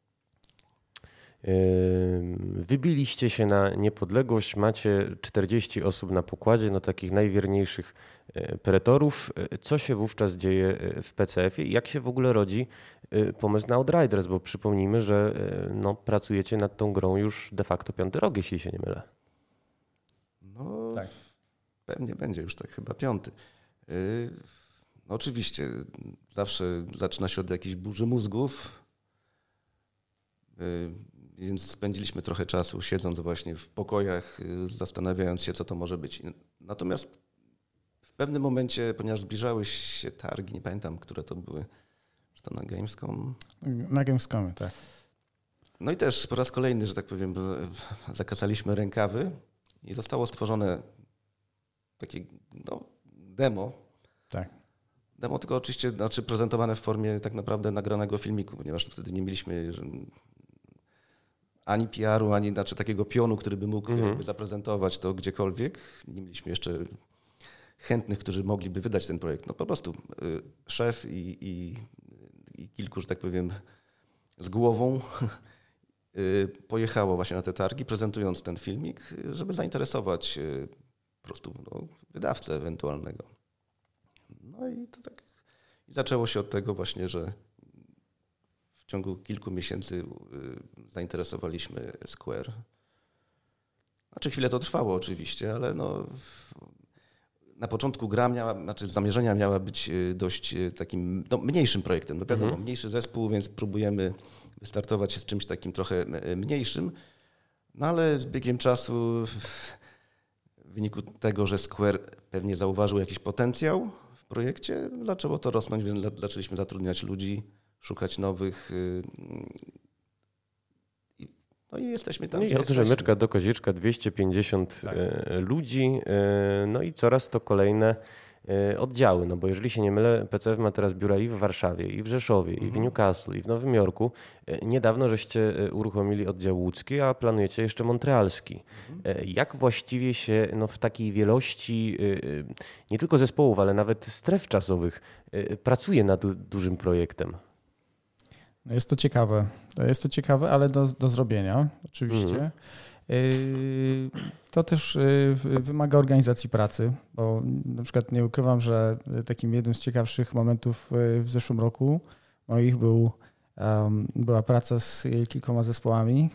Wybiliście się na niepodległość, macie 40 osób na pokładzie, no takich najwierniejszych pretorów. Co się wówczas dzieje w PCF-ie i jak się w ogóle rodzi pomysł na Outriders, bo przypomnijmy, że no, pracujecie nad tą grą już de facto 5. rok, jeśli się nie mylę. No tak. Pewnie będzie już tak chyba 5. No oczywiście zawsze zaczyna się od jakiejś burzy mózgów, więc spędziliśmy trochę czasu siedząc właśnie w pokojach, zastanawiając się, co to może być. Natomiast w pewnym momencie, ponieważ zbliżały się targi, nie pamiętam, które to były, czy to na Gamescom? Na Gamescomie, tak. No i też po raz kolejny, że tak powiem, zakasaliśmy rękawy i zostało stworzone takie demo. Tak. Demo tylko oczywiście prezentowane w formie tak naprawdę nagranego filmiku, ponieważ wtedy nie mieliśmy ani PR-u, ani takiego pionu, który by mógł zaprezentować to gdziekolwiek. Nie mieliśmy jeszcze chętnych, którzy mogliby wydać ten projekt. No po prostu szef i kilku, że tak powiem, z głową pojechało właśnie na te targi, prezentując ten filmik, żeby zainteresować po prostu wydawcę ewentualnego. No i to tak zaczęło się od tego właśnie, że w ciągu kilku miesięcy zainteresowaliśmy Square. Znaczy chwilę to trwało oczywiście, ale na początku gra zamierzenia miała być dość takim mniejszym projektem. No wiadomo, mniejszy zespół, więc próbujemy wystartować się z czymś takim trochę mniejszym, no ale z biegiem czasu w wyniku tego, że Square pewnie zauważył jakiś potencjał w projekcie, zaczęło to rosnąć, więc zaczęliśmy zatrudniać ludzi, szukać nowych. No i jesteśmy tam. I od rzemyczka do koziczka 250 ludzi, no i coraz to kolejne oddziały, no bo jeżeli się nie mylę, PCF ma teraz biura i w Warszawie, i w Rzeszowie, i w Newcastle, i w Nowym Jorku. Niedawno żeście uruchomili oddział łódzki, a planujecie jeszcze montrealski. Jak właściwie się w takiej wielości nie tylko zespołów, ale nawet stref czasowych pracuje nad dużym projektem? No jest to ciekawe, ale do zrobienia oczywiście. To też wymaga organizacji pracy, bo na przykład nie ukrywam, że takim jednym z ciekawszych momentów w zeszłym roku moich była praca z kilkoma zespołami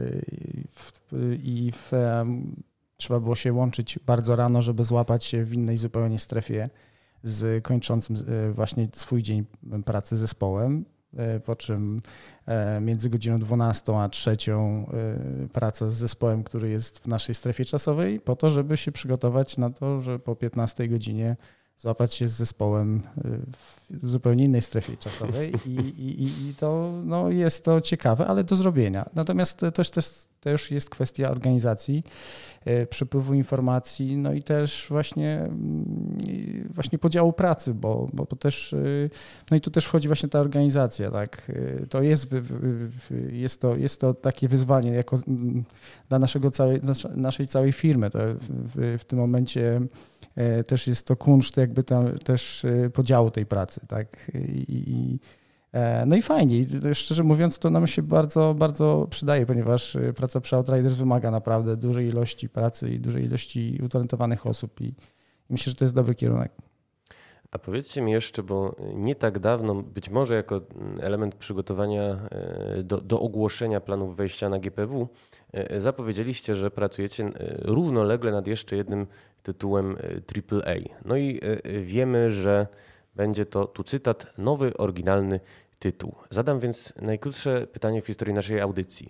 i trzeba było się łączyć bardzo rano, żeby złapać się w innej zupełnie strefie z kończącym właśnie swój dzień pracy zespołem. Po czym między godziną 12 a 3 praca z zespołem, który jest w naszej strefie czasowej, po to, żeby się przygotować na to, że po 15 godzinie złapać się z zespołem w zupełnie innej strefie czasowej i to no, jest to ciekawe, ale do zrobienia. Natomiast też jest kwestia organizacji, przepływu informacji, no i też właśnie podziału pracy, bo też, no i tu też wchodzi właśnie ta organizacja, tak. To jest to takie wyzwanie jako dla naszej całej firmy. To w tym momencie też jest to kunszt jakby tam też podziału tej pracy, tak. No i fajnie. I szczerze mówiąc, to nam się bardzo, bardzo przydaje, ponieważ praca przy Outriders wymaga naprawdę dużej ilości pracy i dużej ilości utalentowanych osób i myślę, że to jest dobry kierunek. A powiedzcie mi jeszcze, bo nie tak dawno, być może jako element przygotowania do ogłoszenia planów wejścia na GPW, zapowiedzieliście, że pracujecie równolegle nad jeszcze jednym tytułem AAA. No i wiemy, że będzie to, tu cytat, nowy, oryginalny tytuł. Zadam więc najkrótsze pytanie w historii naszej audycji.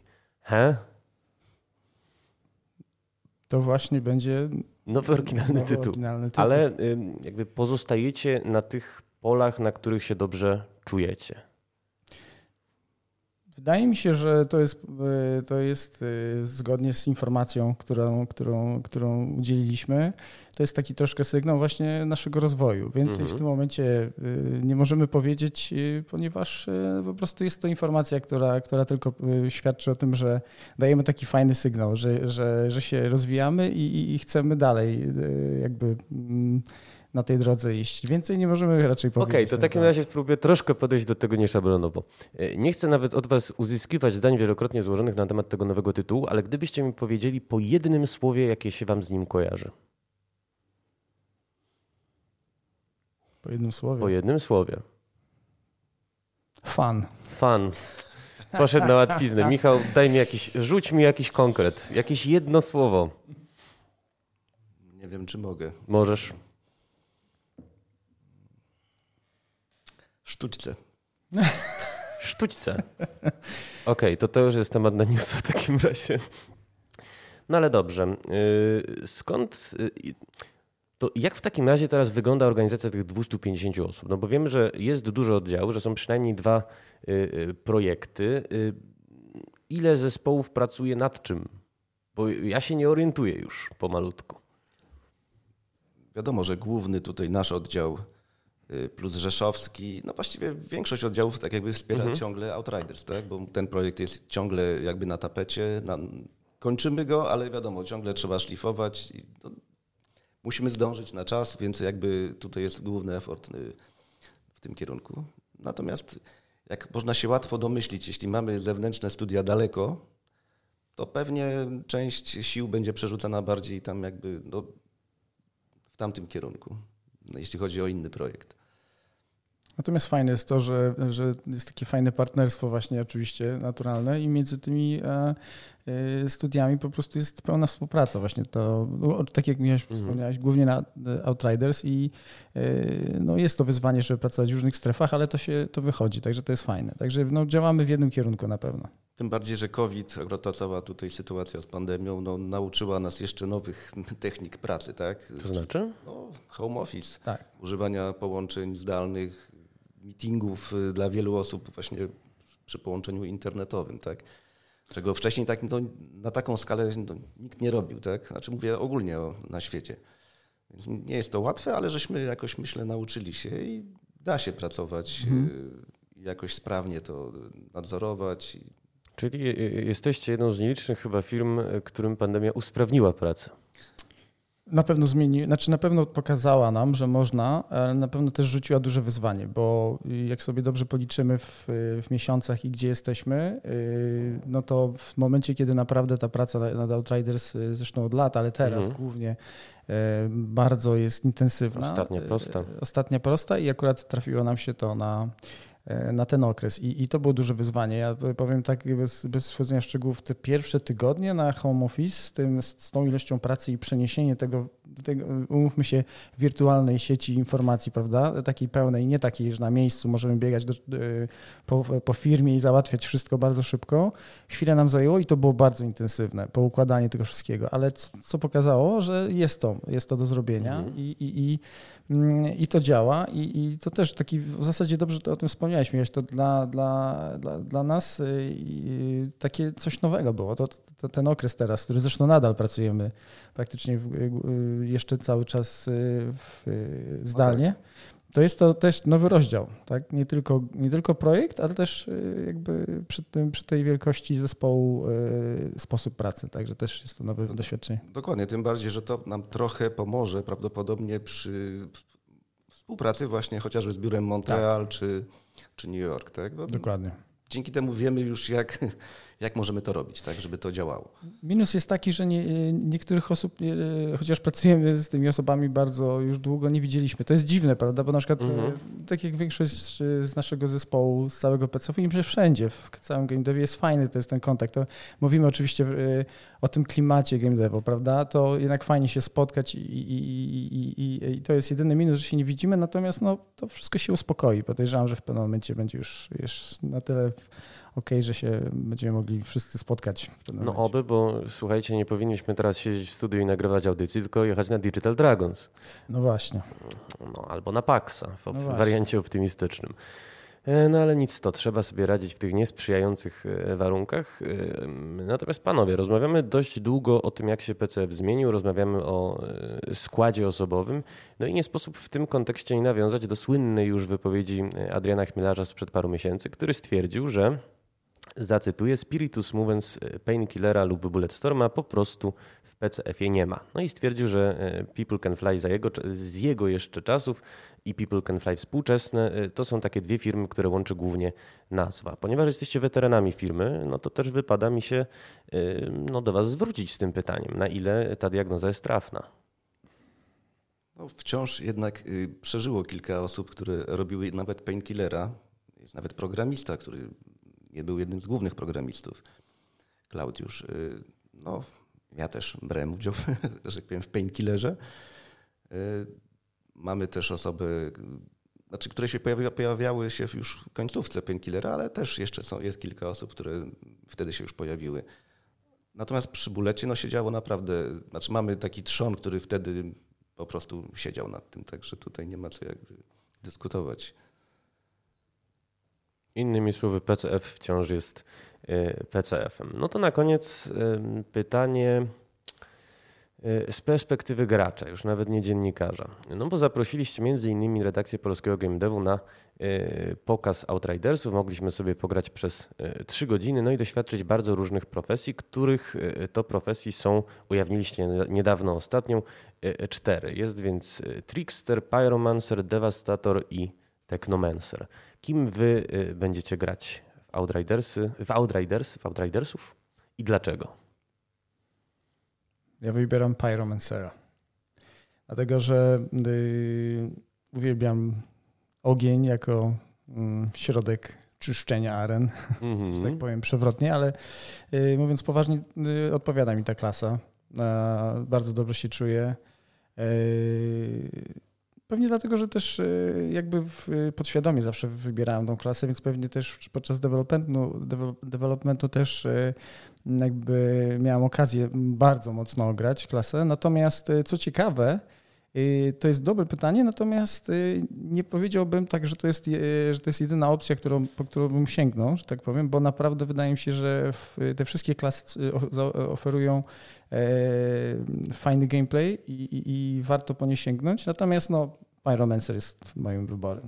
To właśnie będzie nowy, oryginalny tytuł. Ale jakby pozostajecie na tych polach, na których się dobrze czujecie. Wydaje mi się, że to jest zgodnie z informacją, którą udzieliliśmy. To jest taki troszkę sygnał właśnie naszego rozwoju. Więcej w tym momencie nie możemy powiedzieć, ponieważ po prostu jest to informacja, która tylko świadczy o tym, że dajemy taki fajny sygnał, że się rozwijamy i chcemy dalej jakby na tej drodze iść. Więcej nie możemy raczej powiedzieć. Okej, to w takim razie spróbuję troszkę podejść do tego nieszablonowo. Nie chcę nawet od was uzyskiwać zdań wielokrotnie złożonych na temat tego nowego tytułu, ale gdybyście mi powiedzieli po jednym słowie, jakie się wam z nim kojarzy. Po jednym słowie? Po jednym słowie. Fun. Poszedł na łatwiznę. Michał, rzuć mi jakiś konkret. Jakieś jedno słowo. Nie wiem, czy mogę. Możesz. Sztućce. Okej, to już jest temat na newsa w takim razie. No ale dobrze. To jak w takim razie teraz wygląda organizacja tych 250 osób? No bo wiemy, że jest dużo oddziałów, że są przynajmniej 2 projekty. Ile zespołów pracuje nad czym? Bo ja się nie orientuję już pomalutku. Wiadomo, że główny tutaj nasz oddział plus rzeszowski, no właściwie większość oddziałów tak jakby wspiera ciągle Outriders, tak? Bo ten projekt jest ciągle jakby na tapecie. Kończymy go, ale wiadomo, ciągle trzeba szlifować. I musimy zdążyć na czas, więc jakby tutaj jest główny effort w tym kierunku. Natomiast jak można się łatwo domyślić, jeśli mamy zewnętrzne studia daleko, to pewnie część sił będzie przerzucana bardziej tam jakby w tamtym kierunku, jeśli chodzi o inny projekt. Natomiast fajne jest to, że jest takie fajne partnerstwo właśnie oczywiście naturalne i między tymi studiami po prostu jest pełna współpraca właśnie to, tak jak wspomniałeś, głównie na Outriders i no jest to wyzwanie, żeby pracować w różnych strefach, ale to wychodzi, także to jest fajne. Także no, działamy w jednym kierunku na pewno. Tym bardziej, że COVID, akurat ta cała tutaj sytuacja z pandemią, nauczyła nas jeszcze nowych technik pracy, tak? To znaczy? Home office, tak. Używania połączeń zdalnych, meetingów dla wielu osób właśnie przy połączeniu internetowym, tak? Czego wcześniej na taką skalę nikt nie robił, tak? Znaczy mówię ogólnie na świecie. Więc nie jest to łatwe, ale żeśmy jakoś, myślę, nauczyli się i da się pracować, jakoś sprawnie to nadzorować. Czyli jesteście jedną z nielicznych chyba firm, którym pandemia usprawniła pracę. Na pewno na pewno pokazała nam, że można, ale na pewno też rzuciła duże wyzwanie, bo jak sobie dobrze policzymy w miesiącach i gdzie jesteśmy, no to w momencie, kiedy naprawdę ta praca nad Outriders, zresztą od lat, ale teraz głównie bardzo jest intensywna. Ostatnia prosta i akurat trafiło nam się to na ten okres i to było duże wyzwanie. Ja powiem tak bez wchodzenia w szczegółów, te pierwsze tygodnie na home office z tą ilością pracy i przeniesienie tego do tego, umówmy się, wirtualnej sieci informacji, prawda? Takiej pełnej, nie takiej, że na miejscu możemy biegać po firmie i załatwiać wszystko bardzo szybko. Chwilę nam zajęło i to było bardzo intensywne, poukładanie tego wszystkiego, ale co pokazało, że jest to do zrobienia i to działa i to też taki w zasadzie dobrze to o tym wspomniałeś, Miałeś to dla nas takie coś nowego było. To ten okres teraz, który zresztą nadal pracujemy praktycznie jeszcze cały czas zdalnie, to jest to też nowy rozdział. Tak? Nie tylko projekt, ale też jakby przy tej wielkości zespołu sposób pracy. Także też jest to nowe doświadczenie. Dokładnie, tym bardziej, że to nam trochę pomoże prawdopodobnie przy współpracy właśnie chociażby z biurem Montreal czy New York. Tak? Bo dokładnie. Dzięki temu wiemy już, jak możemy to robić, tak, żeby to działało. Minus jest taki, że niektórych osób, chociaż pracujemy z tymi osobami bardzo już długo, nie widzieliśmy. To jest dziwne, prawda? Bo na przykład tak jak większość z naszego zespołu, z całego PCF-u, im wszędzie, w całym game devie jest fajny, to jest ten kontakt. To mówimy oczywiście o tym klimacie game devu, prawda? To jednak fajnie się spotkać i to jest jedyny minus, że się nie widzimy, natomiast to wszystko się uspokoi. Podejrzewam, że w pewnym momencie będzie już na tyle że się będziemy mogli wszyscy spotkać w tym momencie. Oby, bo słuchajcie, nie powinniśmy teraz siedzieć w studiu i nagrywać audycji, tylko jechać na Digital Dragons. No właśnie. Albo na PAX-a w wariancie optymistycznym. Ale nic, to trzeba sobie radzić w tych niesprzyjających warunkach. Natomiast panowie, rozmawiamy dość długo o tym, jak się PCF zmienił, rozmawiamy o składzie osobowym, i nie sposób w tym kontekście nie nawiązać do słynnej już wypowiedzi Adriana Chmielarza sprzed paru miesięcy, który stwierdził, że zacytuję, Spiritus Movens, Painkillera lub Bulletstorma po prostu w PCF-ie nie ma. I stwierdził, że People Can Fly z jego jeszcze czasów i People Can Fly współczesne to są takie dwie firmy, które łączy głównie nazwa. Ponieważ jesteście weteranami firmy, to też wypada mi się do was zwrócić z tym pytaniem, na ile ta diagnoza jest trafna. Wciąż jednak przeżyło kilka osób, które robiły nawet Painkillera. Jest nawet programista, który nie był jednym z głównych programistów, Klaudiusz. Ja też brałem udział, że tak powiem, w Painkillerze. Mamy też osoby, które się pojawiały się już w końcówce Painkillera, ale też jeszcze jest kilka osób, które wtedy się już pojawiły. Natomiast przy Bullecie siedziało naprawdę, mamy taki trzon, który wtedy po prostu siedział nad tym, także tutaj nie ma co jakby dyskutować. Innymi słowy, PCF wciąż jest PCF-em. To na koniec pytanie z perspektywy gracza, już nawet nie dziennikarza. Bo zaprosiliście m.in. redakcję Polskiego Game Devu na pokaz Outridersów. Mogliśmy sobie pograć przez 3 godziny, i doświadczyć bardzo różnych profesji, których to profesji są, ujawniliście niedawno ostatnią, 4. Jest więc Trickster, Pyromancer, Devastator i Technomancer. Kim wy będziecie grać w Outridersów i dlaczego? Ja wybieram Pyromancera, dlatego że uwielbiam ogień jako środek czyszczenia aren, że tak powiem przewrotnie, ale mówiąc poważnie, odpowiada mi ta klasa. Bardzo dobrze się czuję. Pewnie dlatego, że też jakby podświadomie zawsze wybierałem tą klasę, więc pewnie też podczas developmentu też jakby miałem okazję bardzo mocno grać klasę. Natomiast co ciekawe, to jest dobre pytanie, natomiast nie powiedziałbym tak, że to jest jedyna opcja, po którą bym sięgnął, że tak powiem, bo naprawdę wydaje mi się, że te wszystkie klasy oferują fajny gameplay i warto po nie sięgnąć. Natomiast Pyromancer jest moim wyborem.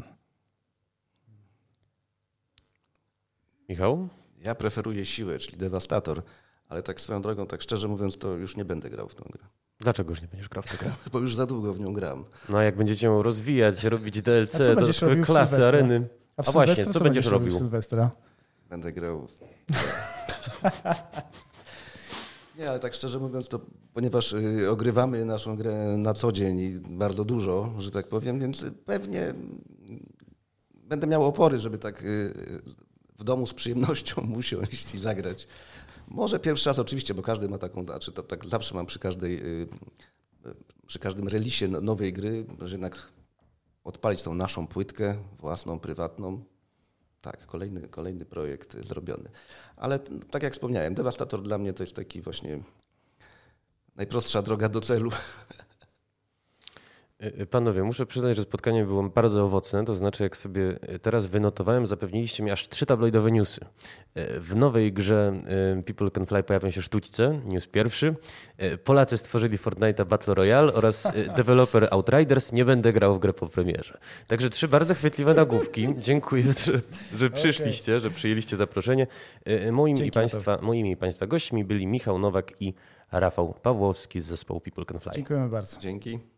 Michał? Ja preferuję siłę, czyli Devastator, ale tak swoją drogą, tak szczerze mówiąc, to już nie będę grał w tę grę. Dlaczego już nie będziesz grał w tę grę? Bo już za długo w nią gram. A jak będziecie ją rozwijać, robić DLC, dodatkowe klasy, areny. A właśnie, co będziesz robił? Sylwestra? Będę grał... Nie, ale tak szczerze mówiąc, to ponieważ ogrywamy naszą grę na co dzień i bardzo dużo, że tak powiem, więc pewnie będę miał opory, żeby tak w domu z przyjemnością usiąść i zagrać. Może pierwszy raz oczywiście, bo każdy ma taką, tak zawsze mam przy każdej przy każdym releasie nowej gry, że jednak odpalić tą naszą płytkę własną, prywatną. Tak, kolejny projekt zrobiony. Ale tak jak wspomniałem, Devastator dla mnie to jest taki właśnie najprostsza droga do celu. Panowie, muszę przyznać, że spotkanie było bardzo owocne, to znaczy jak sobie teraz wynotowałem, zapewniliście mi aż 3 tabloidowe newsy. W nowej grze People Can Fly pojawią się sztućce, news pierwszy. Polacy stworzyli Fortnite'a Battle Royale oraz deweloper Outriders nie będę grał w grę po premierze. Także 3 bardzo chwytliwe nagłówki. Dziękuję, że przyszliście, że przyjęliście zaproszenie. Moimi i Państwa gośćmi byli Michał Nowak i Rafał Pawłowski z zespołu People Can Fly. Dziękujemy bardzo. Dzięki.